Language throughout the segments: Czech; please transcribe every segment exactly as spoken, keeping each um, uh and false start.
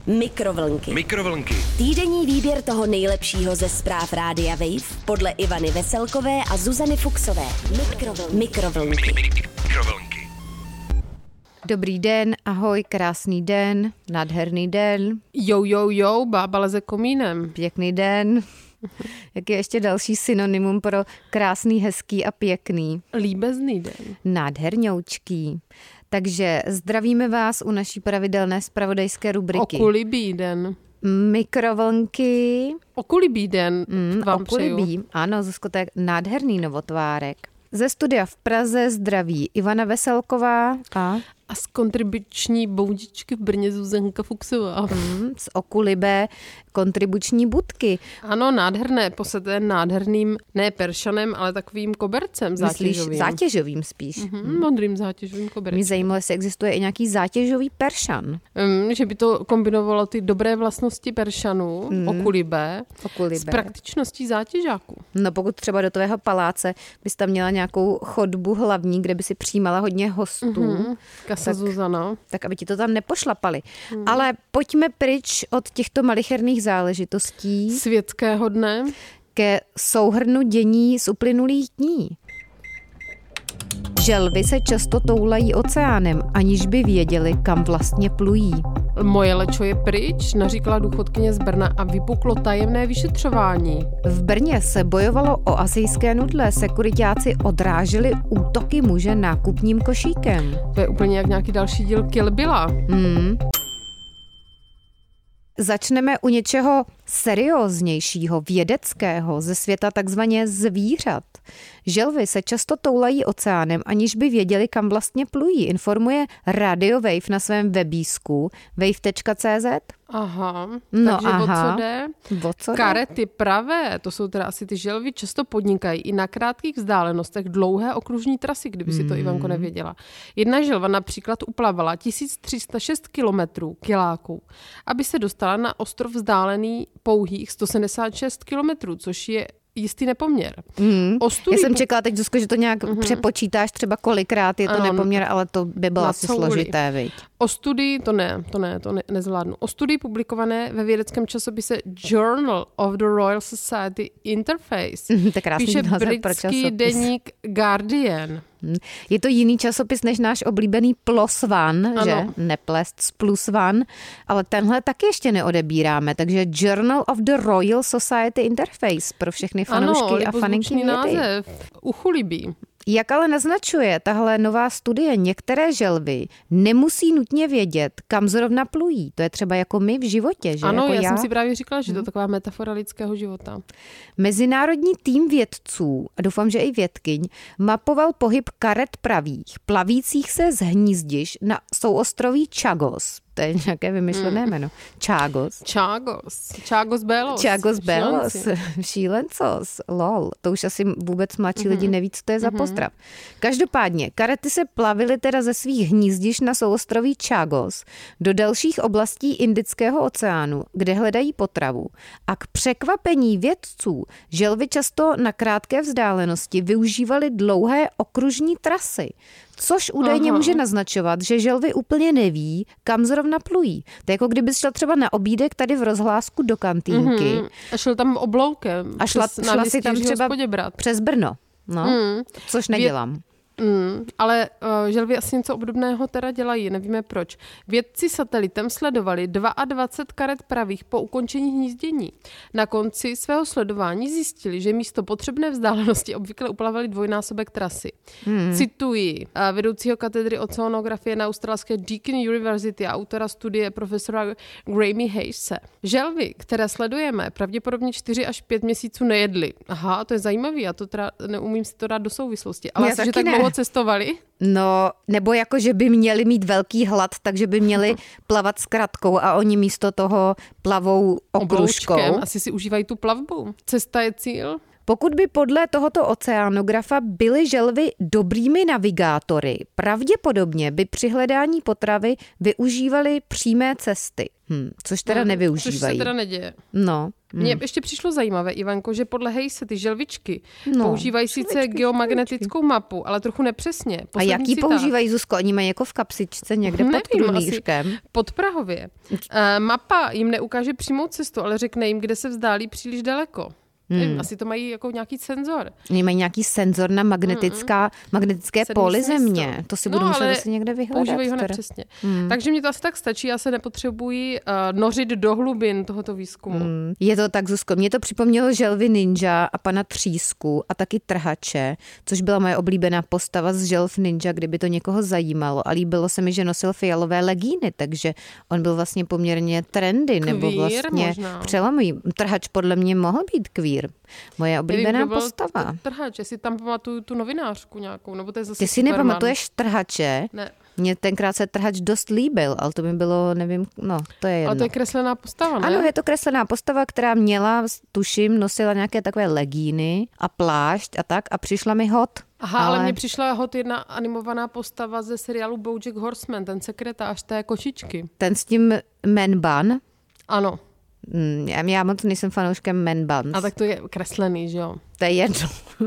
Mikrovlnky. Mikrovlnky. Týdenní výběr toho nejlepšího ze zpráv Rádia Wave podle Ivany Veselkové a Zuzany Fuxové. Mikrovlnky. Mikrovlnky. Mikrovlnky. Dobrý den, ahoj, krásný den, nádherný den. Jo, jo, jo, bába leze komínem. Pěkný den. Jak je ještě další synonymum pro krásný, hezký a pěkný? Líbezný den. Nádhernoučký. Takže zdravíme vás u naší pravidelné zpravodajské rubriky. Okulibý den. Mikrovlnky. Okulibý den Mm, vám okulibý. přeju. Ano, Zuzko, to je nádherný novotvárek. Ze studia v Praze zdraví Ivana Veselková a... A z kontribuční boudičky v Brně Zuzanka Fuxová. Mm, z okulibé kontribuční budky. Ano, nádherné, poseté nádherným, ne peršanem, ale takovým kobercem zátěžovým. Myslíš zátěžovým spíš? Mm-hmm, modrým zátěžovým kobercem. Mě zajímalo, jestli existuje i nějaký zátěžový peršan. Um, že by to kombinovalo ty dobré vlastnosti peršanů, mm. okulibé, Okulibé. s praktičností zátěžáků. No pokud třeba do tvého paláce bys tam měla nějakou chodbu hlavní, kde by si přijímala hodně hostů, Mm-hmm. Kasa tak, Zuzana. tak aby ti to tam nepošlapali. Mm. Ale pojďme pryč od těchto malicherných záležitostí Světského dne. ke souhrnu dění z uplynulých dní. Želvy se často toulají oceánem, aniž by věděli, kam vlastně plují. Moje lečo je pryč, naříkala důchodkyně z Brna a vypuklo tajemné vyšetřování. V Brně se bojovalo o asijské nudle, sekuritáci odráželi útoky muže nákupním košíkem. To je úplně jak nějaký další díl Kill Billa. Hmm. Začneme u něčeho serióznějšího, vědeckého, ze světa takzvaně zvířat. Želvy se často toulají oceánem, aniž by věděli, kam vlastně plují, informuje Radio Wave na svém webísku wave tečka cé zet. Aha, No takže aha. o co jde? O co jde? Karety pravé, to jsou teda asi ty želvy, často podnikají i na krátkých vzdálenostech dlouhé okružní trasy, kdyby si to Hmm. Ivanko nevěděla. Jedna želva například uplavala tisíc tři sta šest kilometrů kiláků, aby se dostala na ostrov vzdálený pouhých sto sedmdesát šest kilometrů, což je jistý nepoměr. Mm. Ostudí Já jsem po- čekala teď, Zuzko, že to nějak mm-hmm. přepočítáš třeba kolikrát je to Ano, nepoměr, ale to by bylo na asi couli. složité, viď? O studii, to ne, to ne, to ne, nezvládnu. O studii publikované ve vědeckém časopise Journal of the Royal Society Interface To je krásný píše název pro britský časopis. deník Guardian. Je to jiný časopis než náš oblíbený Plus One, Ano. že? Neplést s Plus One, ale tenhle taky ještě neodebíráme, takže Journal of the Royal Society Interface pro všechny fanoušky a faninky vědy. název. Uchulibý. Jak ale naznačuje tahle nová studie, některé želvy nemusí nutně vědět, kam zrovna plují. To je třeba jako my v životě, že? Ano, jako já, já jsem si právě říkala, že to je taková metafora lidského života. Mezinárodní tým vědců, a doufám, že i vědkyň, mapoval pohyb karet pravých, plavících se z hnízdiš na souostroví Chagos. To je nějaké vymyšlené Hmm. jméno. Chagos. Chagos. Chagos Belos. Chagos Belos. Šílenci. Šílencos. Lol. To už asi vůbec mladší Mhm. lidi neví, co to je za pozdrav. Každopádně, karety se plavily teda ze svých hnízdiš na souostroví Chagos do dalších oblastí Indického oceánu, kde hledají potravu. A k překvapení vědců želvy často na krátké vzdálenosti využívaly dlouhé okružní trasy. Což údajně Aha. může naznačovat, že želvy úplně neví, kam zrovna plují. To je jako kdyby šla třeba na obídek tady v rozhlásku do kantýnky Mhm. A šel tam obloukem. a šla, přes šla si náměstí tam Jiřího třeba Spoděbrat. přes Brno. No, Mm. což nedělám. Mm, ale uh, želvy asi něco obdobného teda dělají, nevíme proč. Vědci satelitem sledovali dvacet dva karet pravých po ukončení hnízdění. Na konci svého sledování zjistili, že místo potřebné vzdálenosti obvykle uplavali dvojnásobek trasy. Hmm. Cituji uh, vedoucího katedry oceanografie na australské Deakin University a autora studie profesora Graeme Hayese. Želvy, které sledujeme, pravděpodobně čtyři až pět měsíců nejedly. Aha, to je zajímavý, já to teda neumím si to dát do souvislosti. Ale Já asi, že taky tak ne. dlouho cestovali. No, nebo jako, že by měli mít velký hlad, takže by měli plavat s kratkou a oni místo toho plavou okružkou. Obloučkem. Asi si užívají tu plavbu. Cesta je cíl. Pokud by podle tohoto oceanografa byly želvy dobrými navigátory, pravděpodobně by při hledání potravy využívali přímé cesty. Hm, což teda hmm, nevyužívají. Což se teda neděje. No. Mně hmm. ještě přišlo zajímavé, Ivanko, že podle Hejse ty želvičky no, používají sice želvičky, geomagnetickou želvičky. mapu, ale trochu nepřesně. Poslední A jaký citát. používají, Zuzko? Oni mají jako v kapsičce někde Nevím, pod krunýřkem. Pod Prahově. Uh, mapa jim neukáže přímou cestu, ale řekne jim, kde se vzdálí příliš daleko. Hmm. Nevím, asi to mají jako nějaký senzor. Oni mají nějaký senzor na magnetická, hmm. magnetické póly země. To si budu no, muset asi někde vyhledat. Používají ho nepřesně. Hmm. Takže mi to asi tak stačí, já se nepotřebuji uh, nořit do hlubin tohoto výzkumu. Hmm. Je to tak, Zuzko. Mě to připomnělo želvy ninja a pana Třísku a taky trhače, což byla moje oblíbená postava z želv ninja, kdyby to někoho zajímalo. A líbilo se mi, že nosil fialové legíny, takže on byl vlastně poměrně trendy, Kvír, nebo vlastně možná. Přelomový. Trhač podle mě mohl být kvír. Moje oblíbená Nevím, postava. Trhač, jestli tam pamatuju tu novinářku nějakou, nebo to je zase Ty si Superman. nepamatuješ Trhače? Ne. Mně tenkrát se Trhač dost líbil, ale to mi bylo, nevím, no, to je jedno. Ale to je kreslená postava, ne? Ano, je to kreslená postava, která měla, tuším, nosila nějaké takové legíny a plášť a tak a přišla mi hot. Aha, ale, ale mně přišla hot jedna animovaná postava ze seriálu BoJack Horseman, ten sekretář té kočičky. Ten s tím Man Bun? Ano. Já moc nejsem fanouškem Man Buns. A tak to je kreslený, že jo? To je jedno.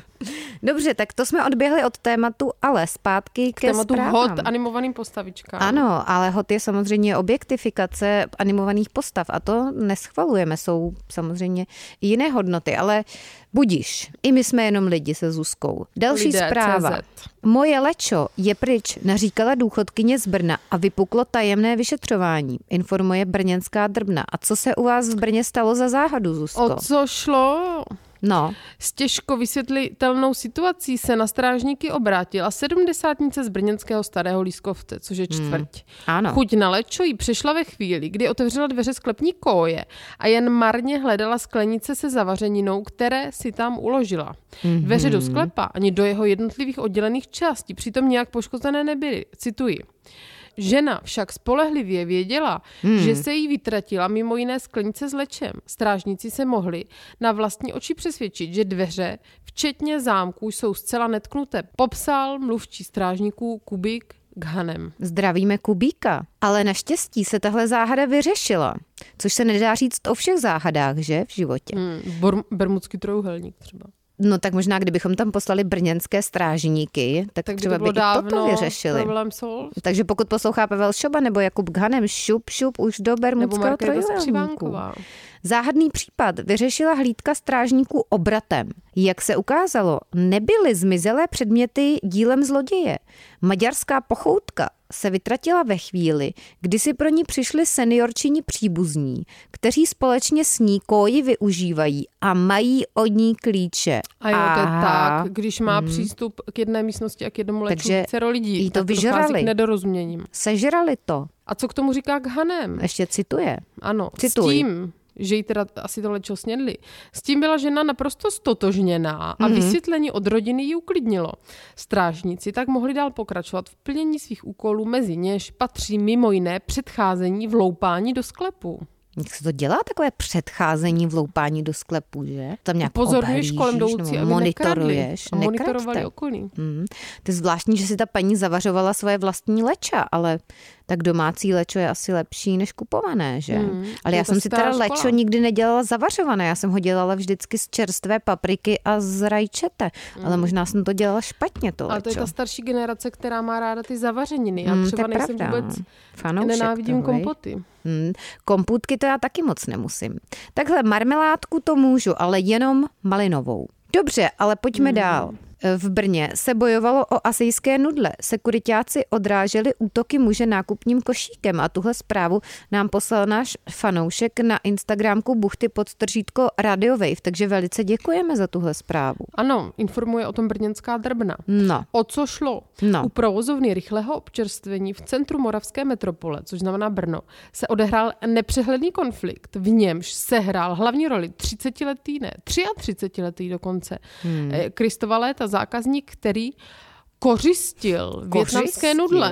Dobře, tak to jsme odběhli od tématu, ale zpátky k ke tématu zprávám. hot animovaným postavičkám. Ano, ale hot je samozřejmě objektifikace animovaných postav a to neschvalujeme, jsou samozřejmě i jiné hodnoty, ale budiš, i my jsme jenom lidi se Zuzkou. Další Lidé, zpráva. C Z. Moje lečo je pryč, naříkala důchodkyně z Brna a vypuklo tajemné vyšetřování, informuje brněnská Drbna. A co se u vás v Brně stalo za záhadu, Zuzko? O co šlo? No. S těžko vysvětlitelnou situací se na strážníky obrátila sedmdesátnice z brněnského Starého Lískovce, což je čtvrť. Hmm, ano. Chuť na lečo jí přišla ve chvíli, kdy otevřela dveře sklepní koje a jen marně hledala sklenice se zavařeninou, které si tam uložila. Mm-hmm. Dveře do sklepa ani do jeho jednotlivých oddělených částí přitom nějak poškozené nebyly. Cituji. Žena však spolehlivě věděla, hmm. že se jí vytratila mimo jiné sklenice s lečem. Strážníci se mohli na vlastní oči přesvědčit, že dveře, včetně zámků, jsou zcela netknuté. Popsal mluvčí strážníků Kubík Ghanem. Zdravíme Kubíka. Ale naštěstí se tahle záhada vyřešila. Což se nedá říct o všech záhadách, že, v životě. Hmm, bor- bermudský trojuhelník třeba. No tak možná, kdybychom tam poslali brněnské strážníky, tak, tak třeba by, by i toto vyřešili. Takže pokud poslouchá Pavel Šoba nebo Jakub Ghanem, šup, šup už do bermudského trojuhelníku. Záhadný případ vyřešila hlídka strážníků obratem. Jak se ukázalo, nebyly zmizelé předměty dílem zloděje. Maďarská pochoutka se vytratila ve chvíli, kdy si pro ní přišli seniorčini příbuzní, kteří společně s ní koji využívají a mají od ní klíče. A jo, to je tak, když má hmm. přístup k jedné místnosti a k jednomu léču vícero lidí, jí to tak to dochází k nedorozuměním. Sežrali to. A co k tomu říká Ghanem? Ještě cituje. Ano, Cituj. S tím, že jí teda asi to lečo snědli. S tím byla žena naprosto stotožněná a mm-hmm. vysvětlení od rodiny ji uklidnilo. Strážníci tak mohli dál pokračovat v plnění svých úkolů, mezi něž patří mimo jiné předcházení vloupání do sklepu. Jak se to dělá, takové předcházení vloupání do sklepu, že? Tam nějak pozoruješ kolem jdoucí, aby monitoruješ. A monitorovali okolí. Hmm. To je zvláštní, že si ta paní zavařovala svoje vlastní leča, ale tak domácí lečo je asi lepší než kupované, že? Hmm. Ale já jsem si teda škola. lečo nikdy nedělala zavařované, já jsem ho dělala vždycky z čerstvé papriky a z rajčete, hmm. ale možná jsem to dělala špatně, to lečo. Ale to je ta starší generace, která má ráda ty zavařeniny. Já třeba hmm, nejsem pravda. vůbec, Fanoušek nenávidím toho, kompoty. Hmm. Kompůtky to já taky moc nemusím. Takhle marmeládku to můžu, ale jenom malinovou. Dobře, ale pojďme hmm. dál. V Brně se bojovalo o asijské nudle. Sekuriťáci odráželi útoky muže nákupním košíkem a tuhle zprávu nám poslal náš fanoušek na Instagramku buchty podtržítko Radio Wave, takže velice děkujeme za tuhle zprávu. Ano, informuje o tom brněnská Drbna. No. O co šlo? No. U provozovny rychlého občerstvení v centru moravské metropole, což znamená Brno, se odehrál nepřehledný konflikt, v němž sehrál hlavní roli třicetiletý, ne, třiatřicetiletý dokonce, hmm. Kristova Léta, zákazník, který kořistil, kořistil. vietnamské nudle.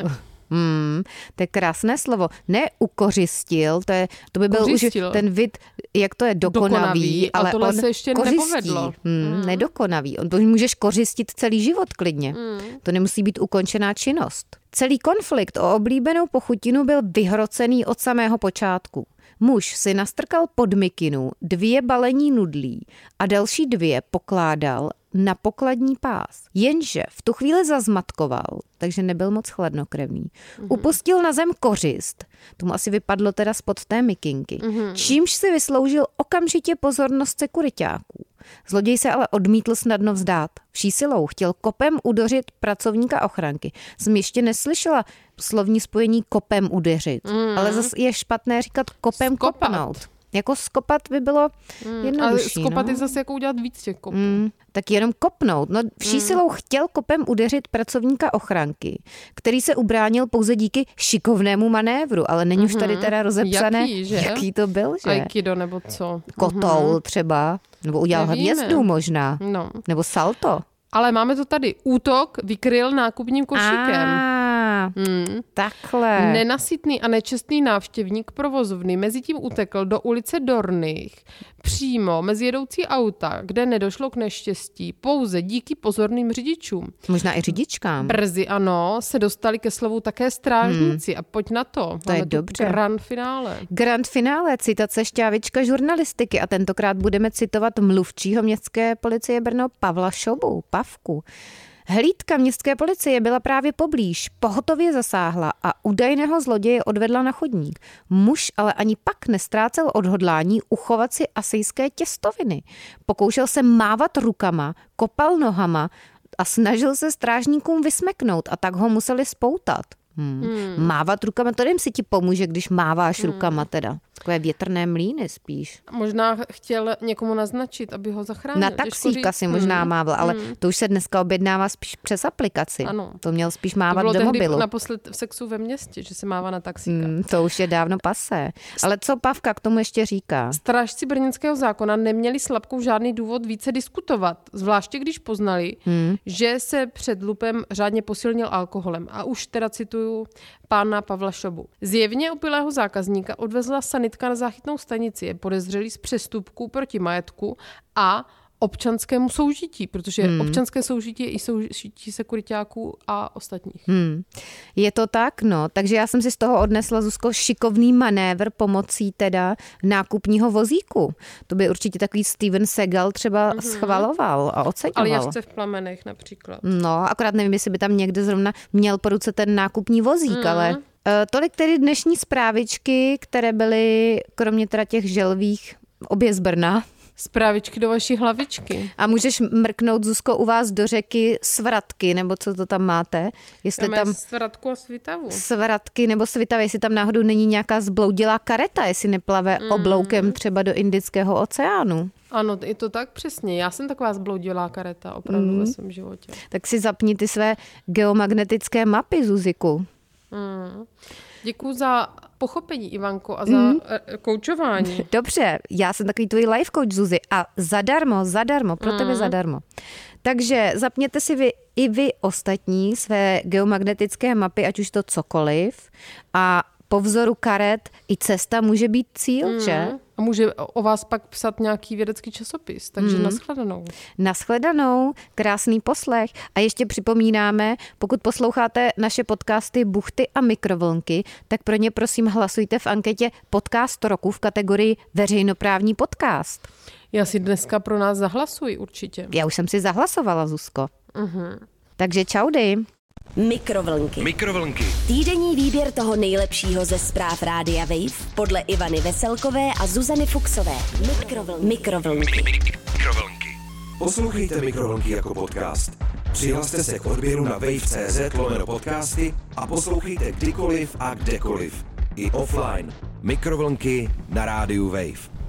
Hmm, to je krásné slovo. Ne ukořistil, to, je, to by byl Kořistil. už ten vid, jak to je, dokonavý, dokonavý ale a tohle on se ještě kořistí. nepovedlo. Hmm, Hmm. Nedokonavý. On to můžeš kořistit celý život klidně. Hmm. To nemusí být ukončená činnost. Celý konflikt o oblíbenou pochutinu byl vyhrocený od samého počátku. Muž si nastrkal pod mikinu dvě balení nudlí a další dvě pokládal na pokladní pás. Jenže v tu chvíli zazmatkoval, takže nebyl moc chladnokrevný. Mm-hmm. Upustil na zem kořist, tomu asi vypadlo teda spod té mikinky, mm-hmm. čímž si vysloužil okamžitě pozornost sekuriťáků. Zloděj se ale odmítl snadno vzdát. Vší silou chtěl kopem udeřit pracovníka ochranky. Jsem ještě neslyšela slovní spojení kopem udeřit, mm. ale zase je špatné říkat kopem Skopat. kopnout. Jako skopat by bylo Mm. jednodušší. Ale skopat no? je zase jako udělat víc těch kopů. Mm, tak jenom kopnout. No, vší mm. silou chtěl kopem udeřit pracovníka ochranky, který se ubránil pouze díky šikovnému manévru, ale není mm-hmm. už tady teda rozepsané, jaký, že? jaký to byl, že? Aikido nebo co? Kotoul mm-hmm. třeba, nebo udělal Nevíme. hvězdu možná, No. nebo salto. Ale máme to tady. Útok vykryl nákupním košíkem. A, Hmm. takhle. Nenasytný a nečestný návštěvník provozovny mezitím utekl do ulice Dorných přímo mezi jedoucí auta, kde nedošlo k neštěstí pouze díky pozorným řidičům. Možná i řidičkám. Brzy, ano, se dostali ke slovu také strážníci hmm. a pojď na to. To je Máme tu dobře. Grand finále. Grand finále, citace šťávička žurnalistiky a tentokrát budeme citovat mluvčího městské policie Brno Pavla Šobu, Pavku. Hlídka městské policie byla právě poblíž, pohotově zasáhla a údajného zloděje odvedla na chodník. Muž ale ani pak nestrácel odhodlání uchovat si asijské těstoviny. Pokoušel se mávat rukama, kopal nohama a snažil se strážníkům vysmeknout a tak ho museli spoutat. Hmm. Hmm. Mávat rukama, to nevím, si ti pomůže, když máváš hmm. rukama teda. Takové větrné mlýny spíš. Možná chtěl někomu naznačit, aby ho zachránil. Na taxíka si možná hmm. mával, ale hmm. to už se dneska objednává spíš přes aplikaci. Ano. To měl spíš mávat to bylo do mobilu. Naposled v Sexu ve městě, že se mává na taxíka. Hmm, to už je dávno pasé. Ale co Pavka k tomu ještě říká? Strážci brněnského zákona neměli s Lapkou žádný důvod více diskutovat, zvláště když poznali, hmm. že se před lupem řádně posilnil alkoholem. A už teda cituju pána Pavla Šobu. Zjevně opilého zákazníka odvezla sanitka na záchytnou stanici. Je podezřelý z přestupku proti majetku a občanskému soužití, protože hmm. občanské soužití je i soužití sekuriťáků a ostatních. Hmm. Je to tak, no. Takže já jsem si z toho odnesla, Zuzko, šikovný manévr pomocí teda nákupního vozíku. To by určitě takový Steven Seagal třeba mm-hmm. schvaloval a oceňoval. Ale Jažce v plamenech například. No, akorát nevím, jestli by tam někde zrovna měl po ruce ten nákupní vozík, mm. ale... Tolik tedy dnešní zprávičky, které byly, kromě teda těch želvých, obě z Brna. Zprávičky do vaší hlavičky. A můžeš mrknout, Zuzko, u vás do řeky Svratky, nebo co to tam máte? Jestli tam... tam Svratku a Svitavu. Svratky nebo Svitavy, jestli tam náhodou není nějaká zbloudilá kareta, jestli neplave mm. obloukem třeba do Indického oceánu. Ano, je to tak přesně. Já jsem taková zbloudilá kareta opravdu mm. ve svém životě. Tak si zapni ty své geomagnetické mapy, Zuziku. Mm. Děkuju za pochopení, Ivanko, a za mm. koučování. Dobře, já jsem takový tvůj life coach, Zuzi, a zadarmo, zadarmo, pro tebe mm. zadarmo. Takže zapněte si vy i vy ostatní své geomagnetické mapy, ať už to cokoliv, a po vzoru karet i cesta může být cíl, mm. že? A může o vás pak psat nějaký vědecký časopis, takže mm. nashledanou. Nashledanou, krásný poslech. A ještě připomínáme, pokud posloucháte naše podcasty Buchty a mikrovlnky, tak pro ně prosím hlasujte v anketě Podcast roku v kategorii veřejnoprávní podcast. Já si dneska pro nás zahlasuj určitě. Já už jsem si zahlasovala, Zuzko. Uh-huh. Takže čaudy. Mikrovlnky. Mikrovlnky. Týdenní výběr toho nejlepšího ze zpráv Rádia Wave podle Ivany Veselkové a Zuzany Fuksové. Mikrovlnky. Mikrovlnky. Mikrovlnky. Poslouchejte Mikrovlnky jako podcast. Přihlaste se k odběru na wave tečka cé zet lomeno podcasty a poslouchejte kdykoliv a kdekoliv. I offline. Mikrovlnky na rádiu Wave.